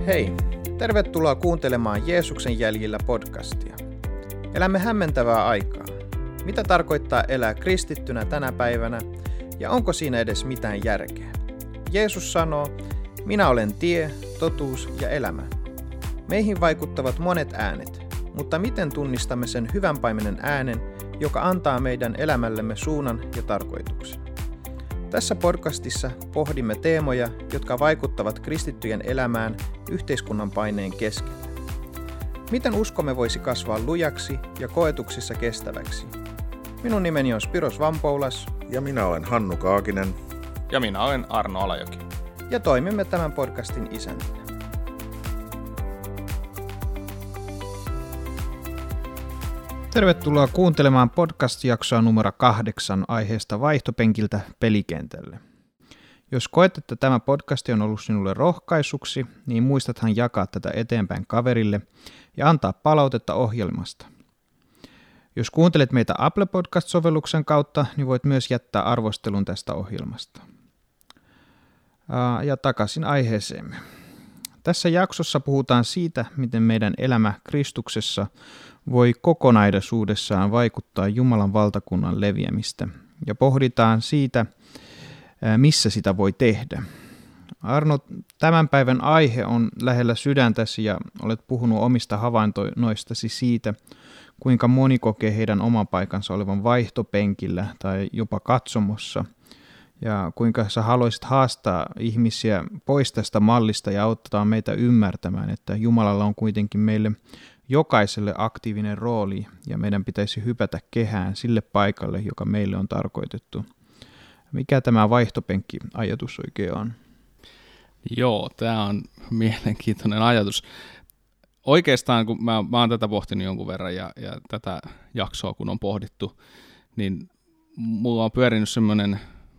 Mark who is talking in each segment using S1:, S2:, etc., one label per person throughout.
S1: Hei, tervetuloa kuuntelemaan Jeesuksen jäljillä podcastia. Elämme hämmentävää aikaa. Mitä tarkoittaa elää kristittynä tänä päivänä ja onko siinä edes mitään järkeä? Jeesus sanoo, minä olen tie, totuus ja elämä. Meihin vaikuttavat monet äänet, mutta miten tunnistamme sen hyvän paimenen äänen, joka antaa meidän elämällemme suunnan ja tarkoituksen? Tässä podcastissa pohdimme teemoja, jotka vaikuttavat kristittyjen elämään yhteiskunnan paineen keskellä. Miten uskomme voisi kasvaa lujaksi ja koetuksissa kestäväksi? Minun nimeni on Spiros Vampoulas.
S2: Ja minä olen Hannu Kaakinen.
S3: Ja minä olen Arno Alajoki.
S1: Ja toimimme tämän podcastin isäntinä. Tervetuloa kuuntelemaan podcast-jaksoa numero 8 aiheesta vaihtopenkiltä pelikentälle. Jos koet, että tämä podcast on ollut sinulle rohkaisuksi, niin muistathan jakaa tätä eteenpäin kaverille ja antaa palautetta ohjelmasta. Jos kuuntelet meitä Apple Podcast-sovelluksen kautta, niin voit myös jättää arvostelun tästä ohjelmasta. Ja takaisin aiheeseemme. Tässä jaksossa puhutaan siitä, miten meidän elämä Kristuksessa voi kokonaisuudessaan vaikuttaa Jumalan valtakunnan leviämistä, ja pohditaan siitä, missä sitä voi tehdä. Arno, tämän päivän aihe on lähellä sydäntäsi ja olet puhunut omista havainnoistasi siitä, kuinka moni kokee heidän oman paikansa olevan vaihtopenkillä tai jopa katsomossa, ja kuinka sä haluaisit haastaa ihmisiä pois tästä mallista ja auttaa meitä ymmärtämään, että Jumalalla on kuitenkin meille jokaiselle aktiivinen rooli ja meidän pitäisi hypätä kehään sille paikalle, joka meille on tarkoitettu. Mikä tämä vaihtopenkki-ajatus oikein on?
S3: Joo, tämä on mielenkiintoinen ajatus. Oikeastaan, kun mä oon tätä pohtinut jonkun verran ja tätä jaksoa kun on pohdittu, niin mulla on pyörinyt semmoinen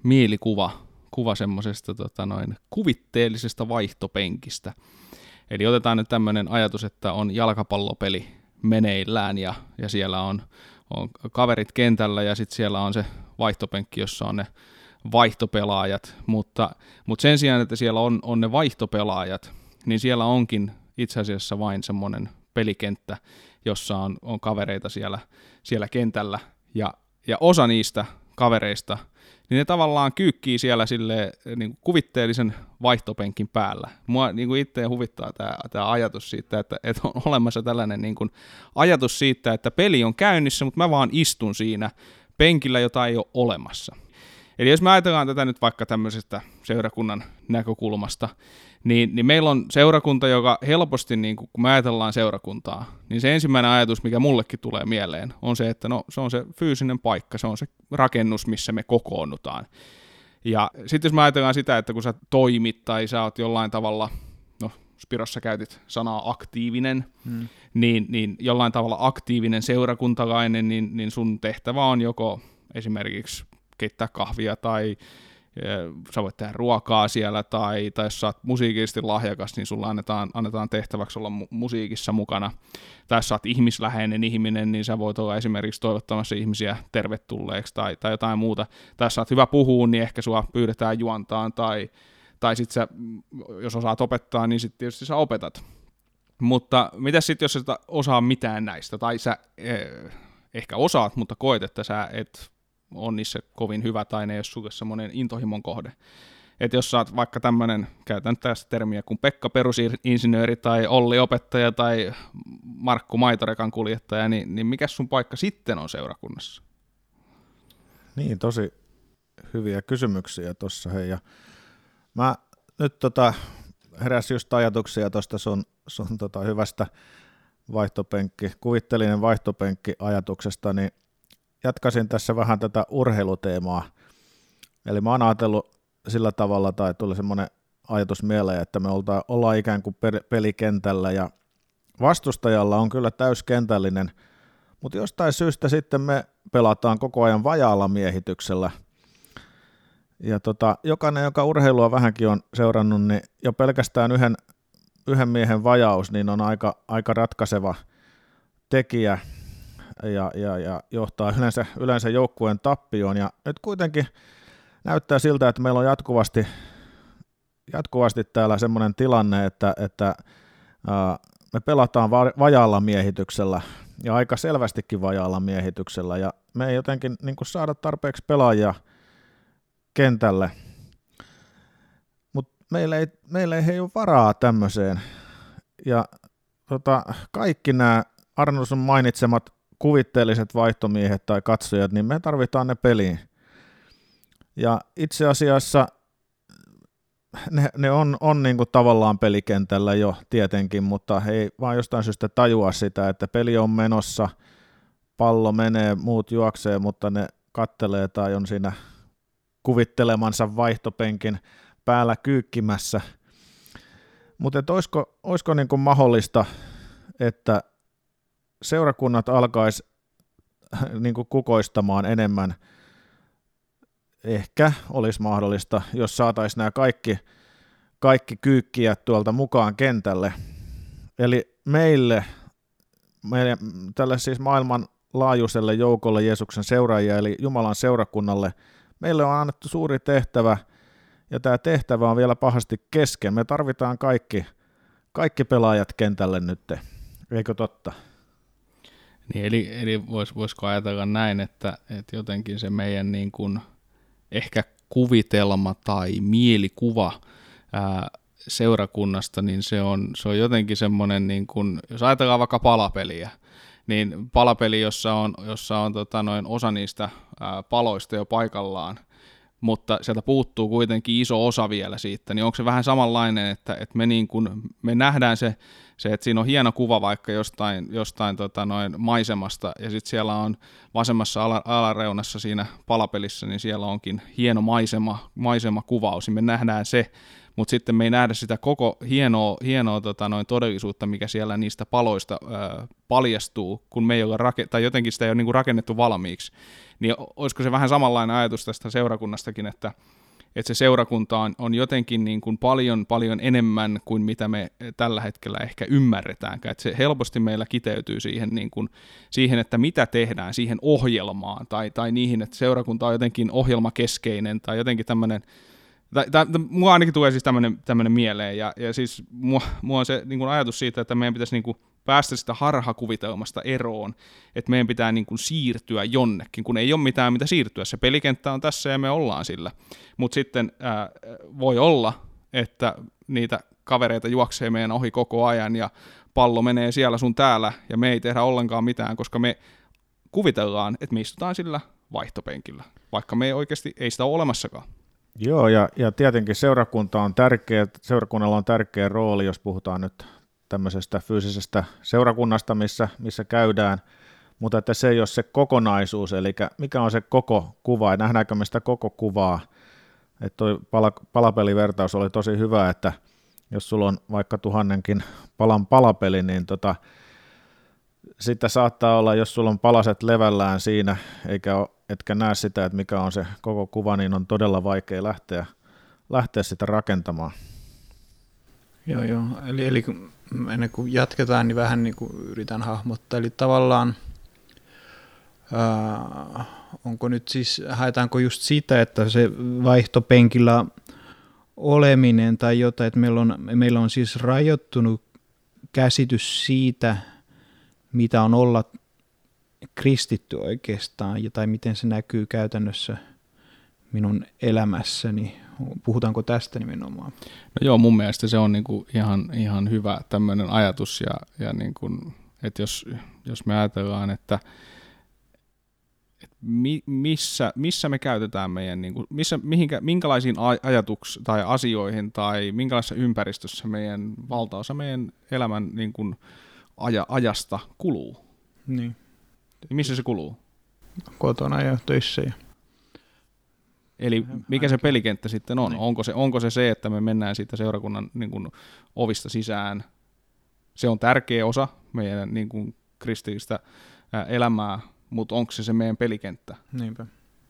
S3: mielikuva semmoisesta kuvitteellisesta vaihtopenkistä. Eli otetaan nyt tämmöinen ajatus, että on jalkapallopeli meneillään ja siellä on kaverit kentällä ja sitten siellä on se vaihtopenkki, jossa on ne vaihtopelaajat, mutta sen sijaan, että siellä on ne vaihtopelaajat, niin siellä onkin itse asiassa vain semmoinen pelikenttä, jossa on kavereita siellä kentällä ja osa niistä kavereista, niin ne tavallaan kyykkii siellä niin kuvitteellisen vaihtopenkin päällä. Mua niin itse huvittaa tämä ajatus siitä, että on olemassa tällainen niin kuin ajatus siitä, että peli on käynnissä, mutta mä vaan istun siinä penkillä, jota ei ole olemassa. Eli jos me ajatellaan tätä nyt vaikka tämmöisestä seurakunnan näkökulmasta, niin meillä on seurakunta, joka helposti, niin kun me ajatellaan seurakuntaa, niin se ensimmäinen ajatus, mikä mullekin tulee mieleen, on se, että se on se fyysinen paikka, se on se rakennus, missä me kokoonnutaan. Ja sitten jos me ajatellaan sitä, että kun sä toimit tai sä oot jollain tavalla, Spirossa käytit sanaa aktiivinen, niin jollain tavalla aktiivinen seurakuntalainen, niin sun tehtävä on joko esimerkiksi keittää kahvia tai sä voit tehdä ruokaa siellä, tai jos sä oot musiikillisesti lahjakas, niin sulla annetaan tehtäväksi olla musiikissa mukana. Tai jos sä oot ihmisläheinen ihminen, niin sä voit olla esimerkiksi toivottamassa ihmisiä tervetulleeksi tai jotain muuta. Tai jos sä oot hyvä puhua, niin ehkä sua pyydetään juontaan, tai sit sä, jos osaat opettaa, niin sitten tietysti sä opetat. Mutta mitäs sitten, jos sä et osaa mitään näistä, tai sä ehkä osaat, mutta koet, että sä et on niissä kovin hyvä tai ne ei ole sulle semmoinen intohimon kohde. Että jos sä oot vaikka tämmöinen, käytän tästä termiä kuin Pekka perusinsinööri tai Olli opettaja tai Markku maitorekan kuljettaja, niin mikä sun paikka sitten on seurakunnassa?
S2: Niin, tosi hyviä kysymyksiä tuossa. Hei. Ja mä nyt heräsi just ajatuksia tuosta sun hyvästä kuvittelinen vaihtopenkki-ajatuksesta, niin jatkaisin tässä vähän tätä urheiluteemaa. Eli mä oon ajatellut sillä tavalla, tai tuli semmoinen ajatus mieleen, että me ollaan ikään kuin pelikentällä, ja vastustajalla on kyllä täyskentällinen, mutta jostain syystä sitten me pelataan koko ajan vajaalla miehityksellä. Ja jokainen, joka urheilua vähänkin on seurannut, niin jo pelkästään yhden miehen vajaus niin on aika ratkaiseva tekijä, ja johtaa yleensä joukkueen tappioon. Ja nyt kuitenkin näyttää siltä, että meillä on jatkuvasti jatkuvasti täällä semmoinen tilanne, että me pelataan vajaalla miehityksellä ja aika selvästikin vajaalla miehityksellä ja me ei jotenkin niin kuin saada tarpeeksi pelaajia kentälle, mutta meillä ei ole varaa tämmöiseen ja kaikki nämä Arnoldson mainitsemat kuvitteelliset vaihtomiehet tai katsojat, niin me tarvitaan ne peliin ja itse asiassa ne on niin kuin tavallaan pelikentällä jo tietenkin, mutta he ei vaan jostain syystä tajua sitä, että peli on menossa, pallo menee, muut juoksee, mutta ne kattelee tai on siinä kuvittelemansa vaihtopenkin päällä kyykkimässä. Mutta olisiko niin kuin mahdollista, että seurakunnat alkaisi niin kuin kukoistamaan enemmän. Ehkä olisi mahdollista, jos saataisiin nämä kaikki kyykkijät tuolta mukaan kentälle. Eli meille tälle siis maailmanlaajuiselle joukolle Jeesuksen seuraajia, eli Jumalan seurakunnalle, meille on annettu suuri tehtävä, ja tämä tehtävä on vielä pahasti kesken. Me tarvitaan kaikki pelaajat kentälle nyt, eikö totta?
S3: Niin, eli voisiko ajatella näin, että jotenkin se meidän niin kuin ehkä kuvitelma tai mielikuva seurakunnasta, niin se on jotenkin semmoinen, niin kuin, jos ajatellaan vaikka palapeliä, niin palapeli, jossa on osa niistä paloista jo paikallaan, mutta sieltä puuttuu kuitenkin iso osa vielä siitä, niin onko se vähän samanlainen, että me nähdään se, että siinä on hieno kuva vaikka jostain maisemasta, ja sitten siellä on vasemmassa alareunassa siinä palapelissä, niin siellä onkin hieno maisemakuvaus, niin me nähdään se, mutta sitten me ei nähdä sitä koko hienoa todellisuutta, mikä siellä niistä paloista paljastuu, kun me ei ole tai jotenkin sitä ei ole niinku rakennettu valmiiksi. Niin olisiko se vähän samanlainen ajatus tästä seurakunnastakin, että se seurakunta on jotenkin niin kuin paljon enemmän kuin mitä me tällä hetkellä ehkä ymmärretäänkään. Että se helposti meillä kiteytyy siihen, että mitä tehdään, siihen ohjelmaan tai niihin, että seurakunta on jotenkin ohjelmakeskeinen tai jotenkin tämmöinen. Mua ainakin tulee siis tämmöinen mieleen, ja siis mua on se niin kuin ajatus siitä, että meidän pitäisi niin kuin päästä sitä harhakuvitelmasta eroon, että meidän pitää niin kuin siirtyä jonnekin, kun ei ole mitään mitä siirtyä. Se pelikenttä on tässä ja me ollaan sillä. Mutta sitten voi olla, että niitä kavereita juoksee meidän ohi koko ajan ja pallo menee siellä sun täällä ja me ei tehdä ollenkaan mitään, koska me kuvitellaan, että me istutaan sillä vaihtopenkillä, vaikka me ei sitä ole olemassakaan.
S2: Joo, ja tietenkin seurakunnalla on tärkeä rooli, jos puhutaan nyt tämmöisestä fyysisestä seurakunnasta, missä käydään, mutta että se ei ole se kokonaisuus, eli mikä on se koko kuva, ja nähdäänkö me sitä koko kuvaa, että toi palapelivertaus oli tosi hyvä, että jos sulla on vaikka 1000 palan palapeli, niin sitä saattaa olla, jos sulla on palaset levällään siinä, etkä näe sitä, että mikä on se koko kuva, niin on todella vaikea lähteä sitä rakentamaan.
S1: Joo. Eli ennen kuin jatketaan, niin vähän niin kuin yritän hahmottaa. Eli tavallaan onko nyt siis, haetaanko just sitä, että se vaihtopenkillä oleminen tai jotain, että meillä on siis rajoittunut käsitys siitä, mitä on olla kristitty oikeastaan, tai miten se näkyy käytännössä minun elämässäni. Puhutaanko tästä nimenomaan?
S3: No joo, mun mielestä se on niinku ihan hyvä tämmöinen ajatus, ja niinku, että jos me ajatellaan, että missä me käytetään meidän, niinku, minkälaisiin ajatuksiin tai asioihin tai minkälaisessa ympäristössä meidän valtaosa meidän elämän niinku, ajasta kuluu.
S1: Niin.
S3: Missä se kuluu?
S1: Kotona ja töissä.
S3: Eli mikä se pelikenttä sitten on? Niin. Onko se, että me mennään siitä seurakunnan niin kuin, ovista sisään? Se on tärkeä osa meidän niin kuin, kristillistä elämää, mutta onko se meidän pelikenttä?
S1: Niinpä.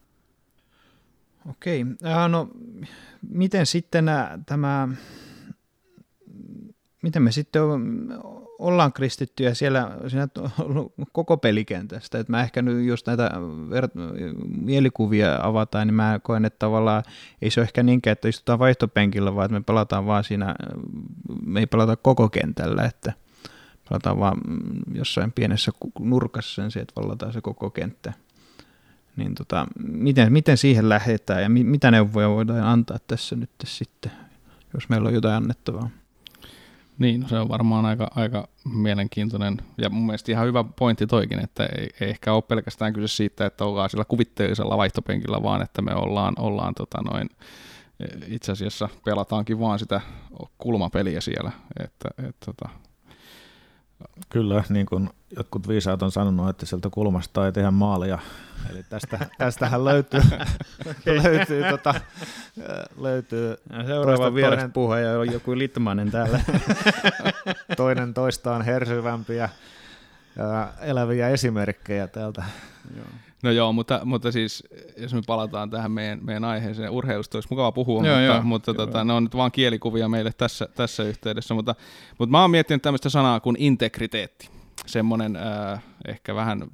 S1: Okei. No, miten sitten miten me sitten ollaan kristittyjä siellä koko pelikentästä. Että mä ehkä nyt, jos näitä mielikuvia avataan, niin mä koen, että tavallaan ei se ole ehkä niinkään, että istutaan vaihtopenkillä, vaan että me pelataan vaan siinä, me ei pelata koko kentällä, että pelataan vaan jossain pienessä nurkassa sen, että vallataan se koko kenttä. Niin miten siihen lähdetään ja mitä neuvoja voidaan antaa tässä nyt sitten, jos meillä on jotain annettavaa?
S3: Niin, no se on varmaan aika mielenkiintoinen ja mun mielestä ihan hyvä pointti toikin, että ei ehkä ole pelkästään kyse siitä, että ollaan sillä kuvitteellisella vaihtopenkillä, vaan että me ollaan itse asiassa pelataankin vaan sitä kulmapeliä siellä.
S2: Kyllä, niin kuin jotkut viisaat on sanonut, että sieltä kulmasta ei tehdä maalia. Eli tästähän löytyy
S1: seuraava vieraspuhe ja on joku Litmanen täällä.
S2: Toinen toistaan hersyvämpiä eläviä esimerkkejä täältä.
S3: Joo. No joo, mutta siis jos me palataan tähän meidän aiheeseen, urheilusta olisi mukava puhua, mutta ne on nyt vaan kielikuvia meille tässä yhteydessä, mutta mä oon miettinyt tämmöistä sanaa kuin integriteetti, semmoinen ehkä vähän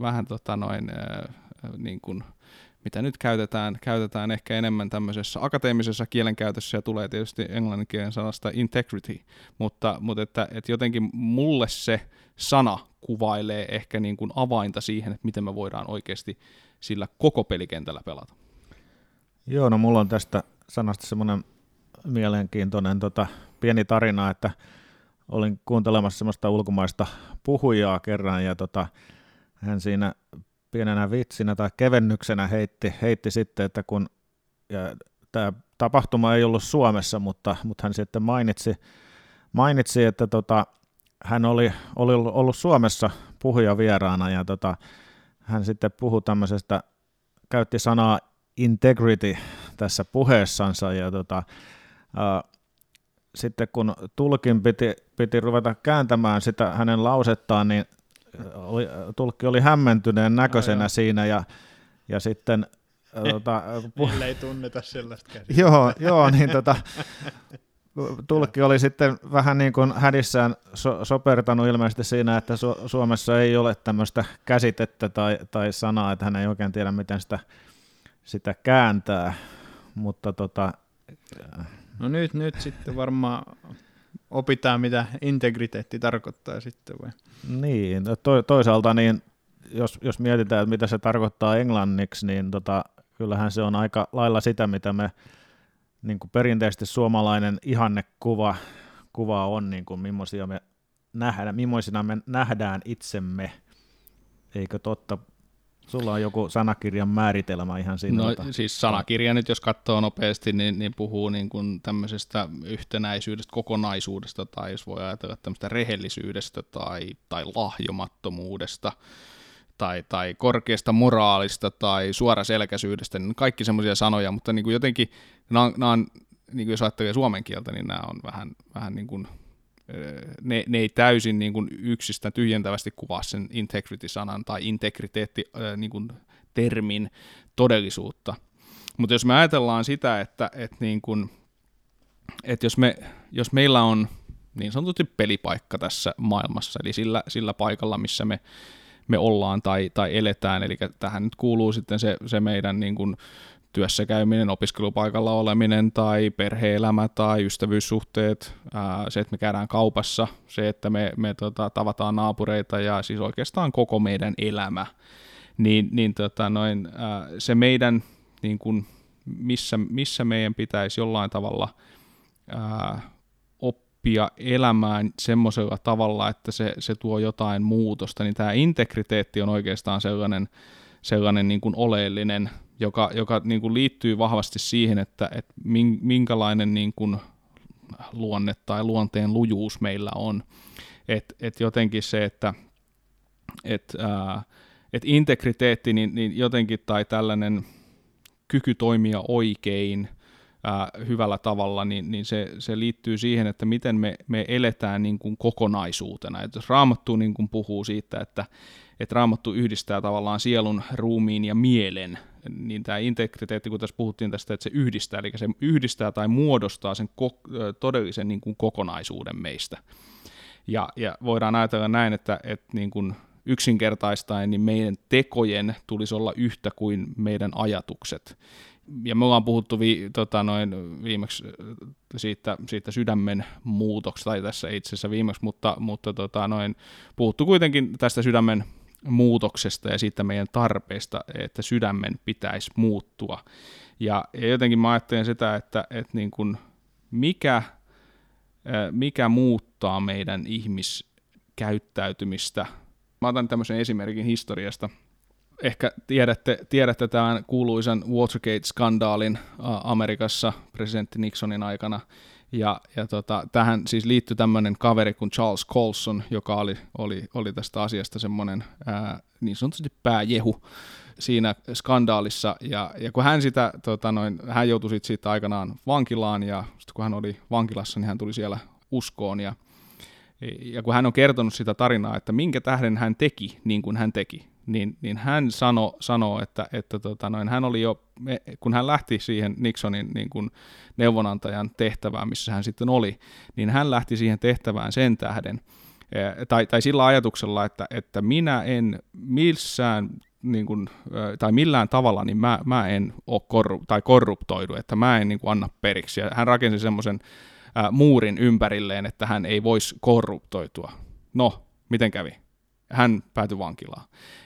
S3: niin kuin, mitä nyt käytetään ehkä enemmän tämmöisessä akateemisessa kielenkäytössä ja tulee tietysti englanninkielen sanasta integrity, mutta että jotenkin mulle se sana kuvailee ehkä niin kuin avainta siihen, että miten me voidaan oikeasti sillä koko pelikentällä pelata.
S2: Joo, no mulla on tästä sanasta semmoinen mielenkiintoinen pieni tarina, että olin kuuntelemassa semmoista ulkomaista puhujaa kerran ja hän siinä pienenä vitsinä tai kevennyksenä heitti sitten, että kun tämä tapahtuma ei ollut Suomessa, mutta hän sitten mainitsi että hän oli ollut Suomessa puhujavieraana ja hän sitten puhui tämmöisestä, käytti sanaa integrity tässä puheessansa ja sitten kun tulkin piti ruveta kääntämään sitä hänen lausettaan, niin tulkki oli hämmentyneen näköisenä siinä ja sitten
S1: Meillä ei tunneta sellaista käsiä.
S2: Joo, niin tulkki oli sitten vähän niin kuin hädissään sopertanut ilmeisesti siinä, että Suomessa ei ole tämmöistä käsitettä tai sanaa, että hän ei oikein tiedä, miten sitä kääntää, mutta
S1: No nyt sitten varmaan opitaan, mitä integriteetti tarkoittaa sitten vai?
S2: Niin, toisaalta niin, jos mietitään, että mitä se tarkoittaa englanniksi, niin kyllähän se on aika lailla sitä, mitä me niin kuin perinteisesti suomalainen ihannekuva on, niin kuin millaisina me nähdään itsemme, eikö totta? Sulla on joku sanakirjan määritelmä ihan siinä.
S3: No siis sanakirja nyt, jos katsoo nopeasti, niin puhuu niin kuin tämmöisestä yhtenäisyydestä, kokonaisuudesta, tai jos voi ajatella tämmöistä rehellisyydestä tai lahjomattomuudesta, tai korkeasta moraalista tai suoraselkäisyydestä, niin kaikki semmoisia sanoja, mutta niin kuin jotenkin nämä on, niin kuin jos ajattelee suomen kieltä, niin nämä on vähän niin kuin, ne ei täysin niin kuin yksistä tyhjentävästi kuvaa sen integrity-sanan tai integriteetti niin kuin termin todellisuutta. Mutta jos me ajatellaan sitä, että jos meillä on niin sanotusti pelipaikka tässä maailmassa, eli sillä paikalla, missä me ollaan tai eletään, eli tähän nyt kuuluu sitten se meidän niin kuin työssä käyminen, opiskelupaikalla oleminen tai perhe-elämä tai ystävyyssuhteet, se, että me käydään kaupassa, se, että me tavataan naapureita ja siis oikeastaan koko meidän elämä, se meidän, niin kuin, missä meidän pitäisi jollain tavalla oppia elämään semmoisella tavalla, että se tuo jotain muutosta, niin tämä integriteetti on oikeastaan sellainen niin kuin oleellinen, joka niin kuin liittyy vahvasti siihen, että minkälainen niin kuin luonne tai luonteen lujuus meillä on. Et jotenkin se, että integriteetti niin jotenkin tai tällainen kyky toimia oikein hyvällä tavalla, niin se liittyy siihen, että miten me eletään niin kuin kokonaisuutena. Et jos Raamattu niin kuin puhuu siitä, että Raamattu yhdistää tavallaan sielun, ruumiin ja mielen, niin tämä integriteetti, kun tässä puhuttiin tästä, että se yhdistää, eli se yhdistää tai muodostaa sen todellisen niin kuin kokonaisuuden meistä. Ja voidaan ajatella näin, että niin kuin yksinkertaistaen niin meidän tekojen tulisi olla yhtä kuin meidän ajatukset. Ja me ollaan puhuttu viimeksi siitä sydämen muutoksesta, tai tässä itse asiassa viimeksi, mutta puhuttu kuitenkin tästä sydämen muutoksesta ja siitä meidän tarpeesta, että sydämen pitäisi muuttua. Ja jotenkin mä ajattelen sitä, että niin kuin mikä muuttaa meidän ihmiskäyttäytymistä. Mä otan tämmöisen esimerkin historiasta. Ehkä tiedätte tämän kuuluisan Watergate-skandaalin Amerikassa presidentti Nixonin aikana. Ja tähän siis liittyi tämmöinen kaveri kuin Charles Colson, joka oli tästä asiasta semmoinen niin sanotusti pääjehu siinä skandaalissa. Ja kun hän hän joutui siitä aikanaan vankilaan, ja sitten kun hän oli vankilassa, niin hän tuli siellä uskoon. Ja kun hän on kertonut sitä tarinaa, että minkä tähden hän teki niin kuin hän teki, niin hän sanoo, että hän oli jo, kun hän lähti siihen Nixonin niin kuin neuvonantajan tehtävään, missä hän sitten oli, niin hän lähti siihen tehtävään sen tähden, tai sillä ajatuksella, että minä en missään niin kuin, tai millään tavalla, niin mä en ole korruptoidu, että mä en niin kuin anna periksi. Ja hän rakensi semmoisen muurin ympärilleen, että hän ei voisi korruptoitua. No, miten kävi? Hän päätyi vankilaan.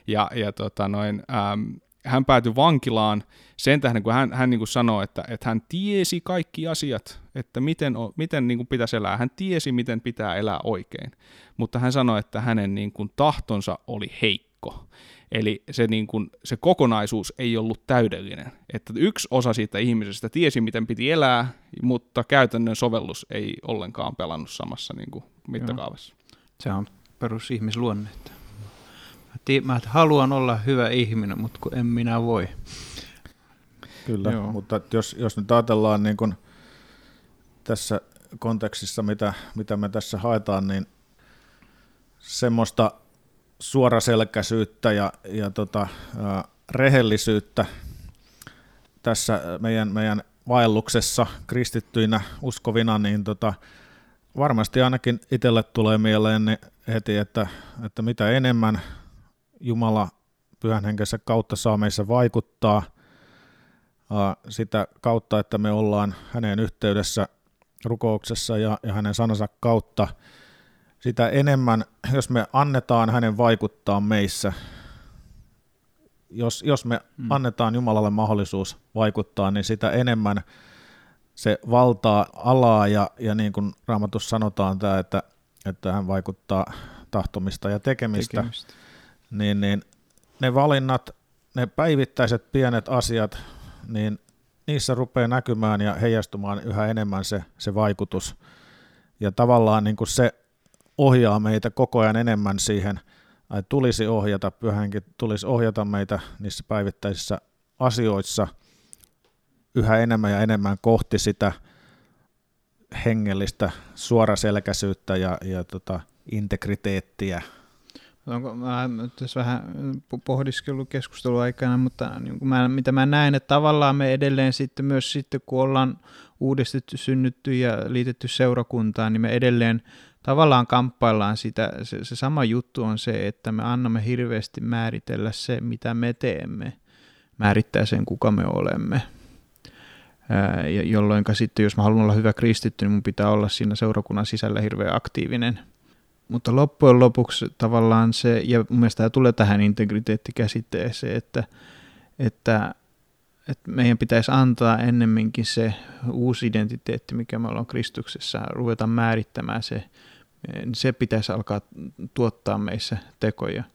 S3: Hän päätyi vankilaan sen tähden, kun hän niin kuin sanoi, että hän tiesi kaikki asiat, että miten niin kuin pitäisi elää. Hän tiesi, miten pitää elää oikein, mutta hän sanoi, että hänen niin kuin tahtonsa oli heikko. Eli se kokonaisuus ei ollut täydellinen. Että yksi osa siitä ihmisestä tiesi, miten piti elää, mutta käytännön sovellus ei ollenkaan pelannut samassa niin kuin mittakaavassa.
S1: Se on perusihmisluonne. Mä haluan olla hyvä ihminen, mutta kun en minä voi.
S2: Kyllä, joo. Mutta jos nyt ajatellaan niin kuin tässä kontekstissa, mitä me tässä haetaan, niin semmoista suoraselkäisyyttä ja rehellisyyttä tässä meidän vaelluksessa kristittyinä uskovina, niin varmasti ainakin itselle tulee mieleen niin heti, että mitä enemmän Jumala Pyhän Henkensä kautta saa meissä vaikuttaa, sitä kautta, että me ollaan hänen yhteydessä rukouksessa ja hänen sanansa kautta, sitä enemmän, jos me annetaan hänen vaikuttaa meissä, jos me annetaan Jumalalle mahdollisuus vaikuttaa, niin sitä enemmän se valtaa alaa ja niin kuin Raamatussa sanotaan tämä, että hän vaikuttaa tahtomista ja tekemistä. Niin ne valinnat, ne päivittäiset pienet asiat, niin niissä rupeaa näkymään ja heijastumaan yhä enemmän se vaikutus. Ja tavallaan niin kuin se ohjaa meitä koko ajan enemmän siihen, tulisi ohjata, Pyhänkin tulisi ohjata meitä niissä päivittäisissä asioissa yhä enemmän ja enemmän kohti sitä hengellistä suoraselkäisyyttä ja integriteettiä.
S1: Mä tässä vähän pohdiskellut keskustelun aikana, mutta niin mitä mä näen, että tavallaan me edelleen sitten myös kun ollaan uudistettu, synnytty ja liitetty seurakuntaan, niin me edelleen tavallaan kamppaillaan sitä. Se sama juttu on se, että me annamme hirveästi määritellä se, mitä me teemme, määrittää sen, kuka me olemme. Jolloin sitten, jos mä haluan olla hyvä kristitty, niin mun pitää olla siinä seurakunnan sisällä hirveän aktiivinen. Mutta loppujen lopuksi tavallaan se, ja mun mielestä tämä tulee tähän integriteettikäsitteeseen, että meidän pitäisi antaa ennemminkin se uusi identiteetti, mikä me ollaan Kristuksessa, ruveta määrittämään se pitäisi alkaa tuottaa meissä tekoja.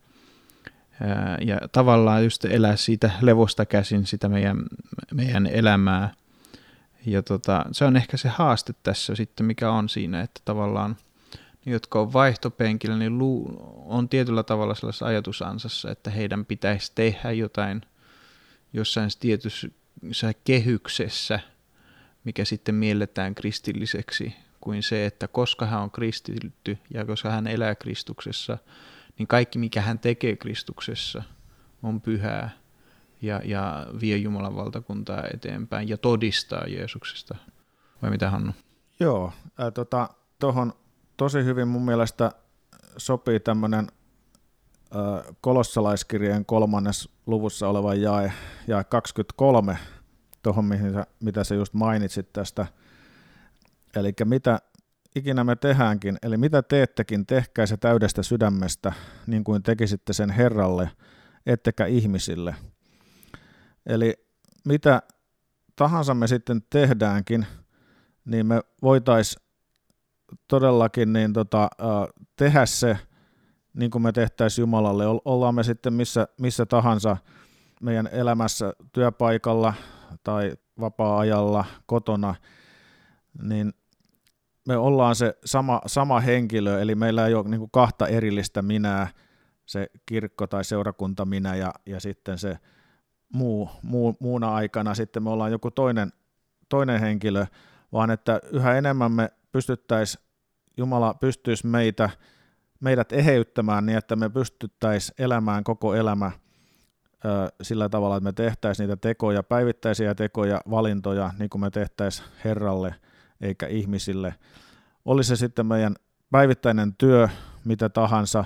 S1: Ja tavallaan just elää siitä levosta käsin sitä meidän elämää. Ja se on ehkä se haaste tässä sitten, mikä on siinä, että tavallaan ne, jotka on vaihtopenkillä, niin on tietyllä tavalla sellaisessa ajatusansassa, että heidän pitäisi tehdä jotain jossain tietyssä kehyksessä, mikä sitten mielletään kristilliseksi, kuin se, että koska hän on kristitty ja koska hän elää Kristuksessa, niin kaikki, mikä hän tekee Kristuksessa, on pyhää ja vie Jumalan valtakuntaa eteenpäin ja todistaa Jeesuksesta. Vai mitä, Hannu?
S2: Joo, tuohon tosi hyvin mun mielestä sopii tämmöinen kolossalaiskirjeen 3. luvussa oleva jae 23 tuohon, mitä sä just mainitsit tästä. Eli mitä ikinä me tehdäänkin, eli mitä teettekin, tehkää se täydestä sydämestä, niin kuin tekisitte sen Herralle, ettekä ihmisille. Eli mitä tahansa me sitten tehdäänkin, niin me voitaisiin todellakin tehdä se, niin kuin me tehtäisiin Jumalalle. Ollaan me sitten missä tahansa meidän elämässä, työpaikalla tai vapaa-ajalla, kotona, niin me ollaan se sama henkilö, eli meillä ei ole niin kuin kahta erillistä minää, se kirkko tai seurakunta minä ja sitten se muuna aikana sitten me ollaan joku toinen henkilö, vaan että yhä enemmän me Jumala pystyisi meidät eheyttämään niin, että me pystyttäisiin elämään koko elämä sillä tavalla, että me tehtäisiin niitä tekoja, päivittäisiä tekoja, valintoja, niin kuin me tehtäisiin Herralle eikä ihmisille. Oli se sitten meidän päivittäinen työ, mitä tahansa,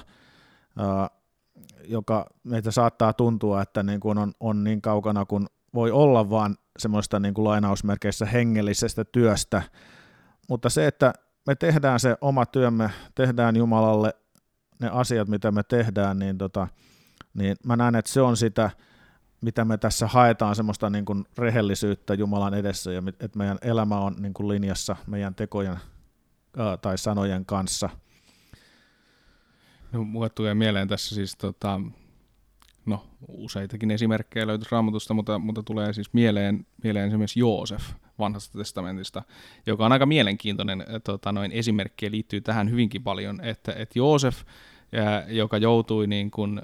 S2: joka meitä saattaa tuntua, että niin kuin on niin kaukana kuin voi olla vaan semmoista niin kuin lainausmerkeissä hengellisestä työstä, mutta se, että me tehdään se oma työmme, tehdään Jumalalle ne asiat, mitä me tehdään, niin mä näen, että se on sitä, mitä me tässä haetaan, semmoista niin kuin rehellisyyttä Jumalan edessä, ja että meidän elämä on niin kuin linjassa meidän tekojen tai sanojen kanssa.
S3: No, mulle tulee mieleen tässä siis useitakin esimerkkejä löytyisi Raamatusta, mutta tulee siis mieleen esimerkiksi Joosef Vanhasta testamentista, joka on aika mielenkiintoinen esimerkki ja liittyy tähän hyvinkin paljon, että Joosef, joka joutui niin kuin,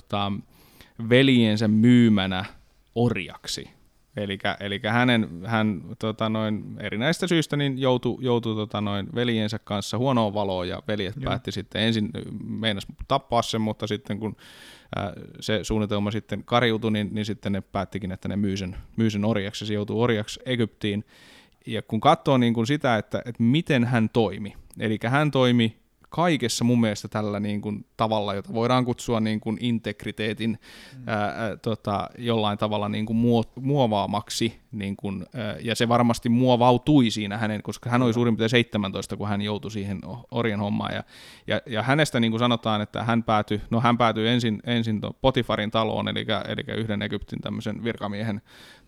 S3: veljensä myymänä orjaksi, eli hän erinäistä syistä niin joutui veljensä kanssa huonoon valoon, ja veljet päätti sitten ensin meinas tappaa sen, mutta sitten kun se suunnitelma sitten kariutui, niin sitten ne päättikin, että ne myy sen orjaksi, ja se joutui orjaksi Egyptiin. Ja kun katsoo niin kuin sitä, että miten hän toimi, eli hän toimi kaikessa mun mielestä tällä niin kuin tavalla, jota voidaan kutsua niin kuin integriteetin jollain tavalla niin kuin muovaamaksi, niin kuin, ja se varmasti muovautui siinä hänen, koska hän oli suurin piirtein 17, kun hän joutui siihen orjan hommaan, ja hänestä niin kuin sanotaan, että hän päätyi ensin Potifarin taloon, eli yhden Egyptin tämmöisen virkamiehen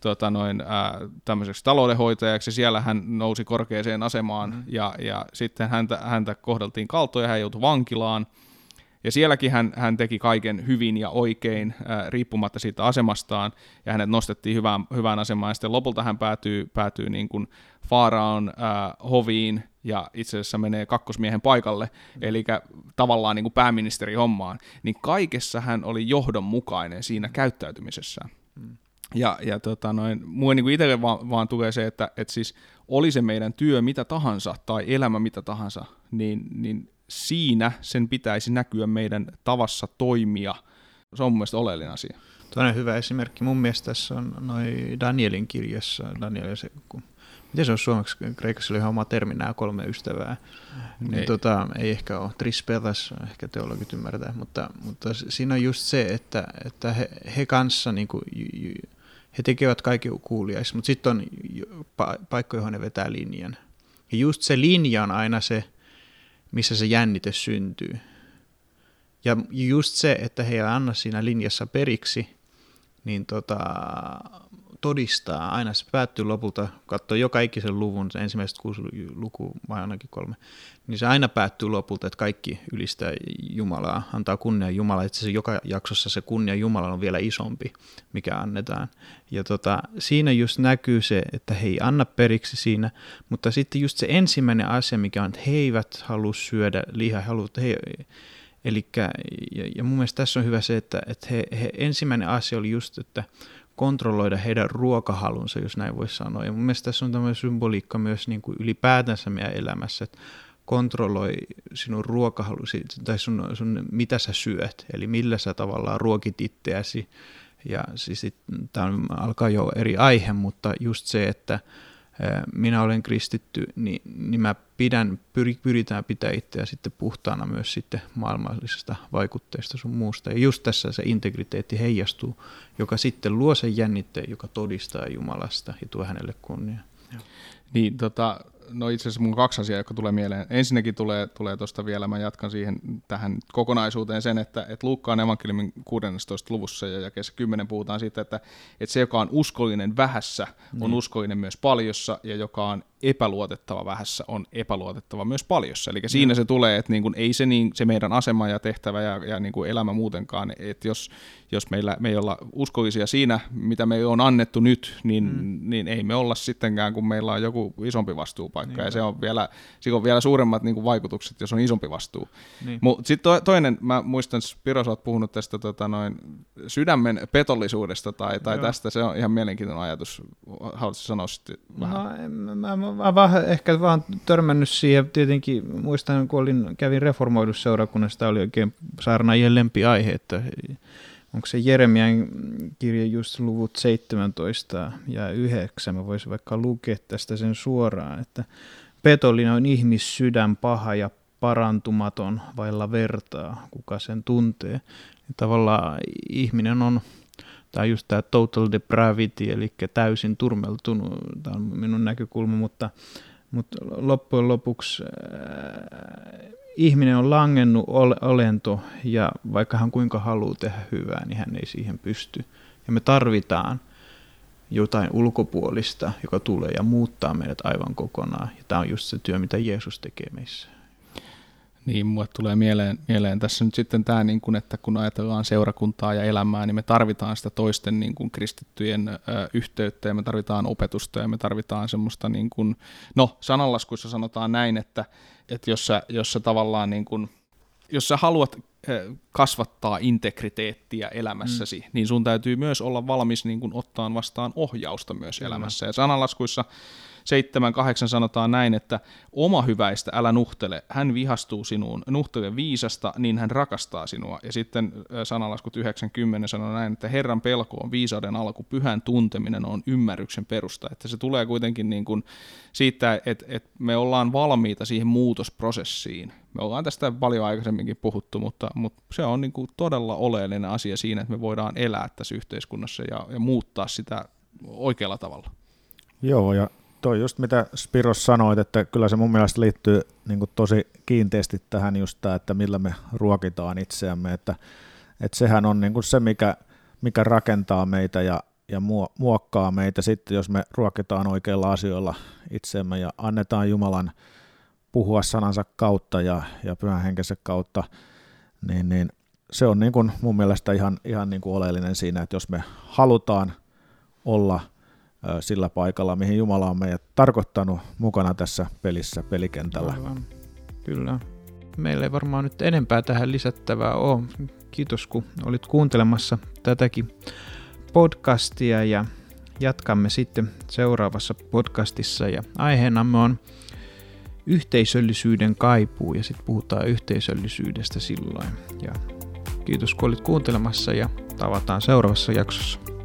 S3: tämmöiseksi taloudenhoitajaksi, siellä hän nousi korkeaseen asemaan, ja sitten häntä kohdeltiin kaltoon, ja hän joutui vankilaan, ja sielläkin hän teki kaiken hyvin ja oikein, riippumatta siitä asemastaan, ja hänet nostettiin hyvään asemaan, ja sitten lopulta hän päätyy niin kuin Faaraon hoviin, ja itse asiassa menee kakkosmiehen paikalle, eli tavallaan niin kuin pääministerihommaan, niin kaikessa hän oli johdonmukainen siinä käyttäytymisessään. Ja mua niin kuin itselle vaan tulee se, että siis oli se meidän työ mitä tahansa tai elämä mitä tahansa, niin siinä sen pitäisi näkyä meidän tavassa toimia. Se on mun mielestä oleellinen asia.
S1: Toinen hyvä esimerkki mun mielestä tässä on Danielin kirjassa. Miten se on suomeksi? Kreikassa oli ihan oma termi, nämä 3 ystävää. Ei ehkä ole trispetas, ehkä teologit ymmärtää, mutta siinä on just se, että he kanssa niin kuin, he tekevät kaikki kuuliaisi, mutta sitten on paikkoja, johon ne vetää linjan. Ja just se linja on aina se, missä se jännite syntyy. Ja just se, että he ei anna siinä linjassa periksi, niin todistaa aina. Se päättyy lopulta, katsoo joka ikisen luvun, se ensimmäiset 6 lukua vai ainakin 3, niin se aina päättyy lopulta, että kaikki ylistää Jumalaa, antaa kunnia Jumalaa. Itse asiassa joka jaksossa se kunnia Jumalalla on vielä isompi, mikä annetaan. Ja siinä just näkyy se, että he ei anna periksi siinä, mutta sitten just se ensimmäinen asia, mikä on, että he eivät halua syödä lihaa, ja mun mielestä tässä on hyvä se, että he ensimmäinen asia oli just, että kontrolloida heidän ruokahalunsa, jos näin voisi sanoa. Ja mun mielestä tässä on tämmöinen symboliikka myös niin kuin ylipäätänsä meidän elämässä, että kontrolloi sinun ruokahalusi tai sun mitä sä syöt, eli millä sä tavallaan ruokit itseäsi. Ja siis tämä alkaa jo eri aihe, mutta just se, että minä olen kristitty, niin mä pyritään pitää itseä sitten puhtaana myös sitten maailmallisesta vaikutteesta sun muusta. Ja just tässä se integriteetti heijastuu, joka sitten luo sen jännitteen, joka todistaa Jumalasta ja tuo hänelle kunniaa.
S3: Niin, no itse asiassa mun 2 asiaa, jotka tulee mieleen. Ensinnäkin tulee tuosta vielä, mä jatkan tähän kokonaisuuteen sen, että Luukkaan evankeliumin 16. luvussa ja jakeessa 10 puhutaan siitä, että se, joka on uskollinen vähässä, on uskollinen myös paljossa, ja joka on epäluotettava vähässä, on epäluotettava myös paljossa. Eli siinä se tulee, että niin kuin, ei se meidän asema ja tehtävä ja niin kuin elämä muutenkaan, että jos me ei olla uskollisia siinä, mitä me on annettu nyt, niin ei me olla sittenkään, kun meillä on joku isompi vastuupaikka, ja se on vielä suuremmat niin kuin vaikutukset, jos on isompi vastuu. Niin. Sitten toinen, mä muistan, Spiro, sä oot puhunut tästä sydämen petollisuudesta tai tästä, se on ihan mielenkiintoinen ajatus. Haluatko sanoa sitten vähän?
S1: No, mä ehkä vaan törmännyt siihen, tietenkin muistan, kun kävin reformoidussa seurakunnassa, tämä oli oikein saarnaajien lempiaihe, että onko se Jeremian kirja just luvut 17 ja 9, mä voisin vaikka lukea tästä sen suoraan, että petollinen on ihmissydän paha ja parantumaton vailla vertaa, kuka sen tuntee. Ja tavallaan ihminen on, tämä on just tämä total depravity, eli täysin turmeltunut, tämä on minun näkökulma, mutta loppujen lopuksi ihminen on langennut olento, ja vaikka hän kuinka haluaa tehdä hyvää, niin hän ei siihen pysty. Ja me tarvitaan jotain ulkopuolista, joka tulee ja muuttaa meidät aivan kokonaan. Ja tämä on just se työ, mitä Jeesus tekee meissä.
S3: Niin, mulle tulee mieleen tässä nyt sitten tämä, niin kun, että kun ajatellaan seurakuntaa ja elämää, niin me tarvitaan sitä toisten niin kun kristittyjen yhteyttä, ja me tarvitaan opetusta, ja me tarvitaan semmoista, niin kun, no sananlaskuissa sanotaan näin, että jos sä tavallaan, niin kun, jos sä haluat kasvattaa integriteettiä elämässäsi, niin sun täytyy myös olla valmis niin kun, ottaa vastaan ohjausta myös elämässä, ja sananlaskuissa 7:8 sanotaan näin, että oma hyväistä älä nuhtele, hän vihastuu sinuun, nuhtele viisasta, niin hän rakastaa sinua. Ja sitten sananlaskut 9:10 sanoo näin, että Herran pelko on viisauden alku, pyhän tunteminen on ymmärryksen perusta. Että se tulee kuitenkin niin kuin siitä, että me ollaan valmiita siihen muutosprosessiin. Me ollaan tästä paljon aikaisemminkin puhuttu, mutta se on niin kuin todella oleellinen asia siinä, että me voidaan elää tässä yhteiskunnassa ja muuttaa sitä oikealla tavalla.
S2: Joo, ja toi just mitä Spiros sanoit, että kyllä se mun mielestä liittyy niin kuin tosi kiinteästi tähän just tämä, että millä me ruokitaan itseämme, että sehän on niin kuin se, mikä rakentaa meitä ja muokkaa meitä sitten, jos me ruokitaan oikeilla asioilla itseämme ja annetaan Jumalan puhua sanansa kautta ja pyhän henkensä kautta, niin se on niin kuin mun mielestä ihan niin kuin oleellinen siinä, että jos me halutaan olla sillä paikalla, mihin Jumala on meidät tarkoittanut mukana tässä pelikentällä.
S1: Aivan. Kyllä. Meillä ei varmaan nyt enempää tähän lisättävää ole. Kiitos, kun olit kuuntelemassa tätäkin podcastia, ja jatkamme sitten seuraavassa podcastissa. Ja aiheenamme on yhteisöllisyyden kaipuu, ja sitten puhutaan yhteisöllisyydestä silloin. Ja kiitos, kun olit kuuntelemassa, ja tavataan seuraavassa jaksossa.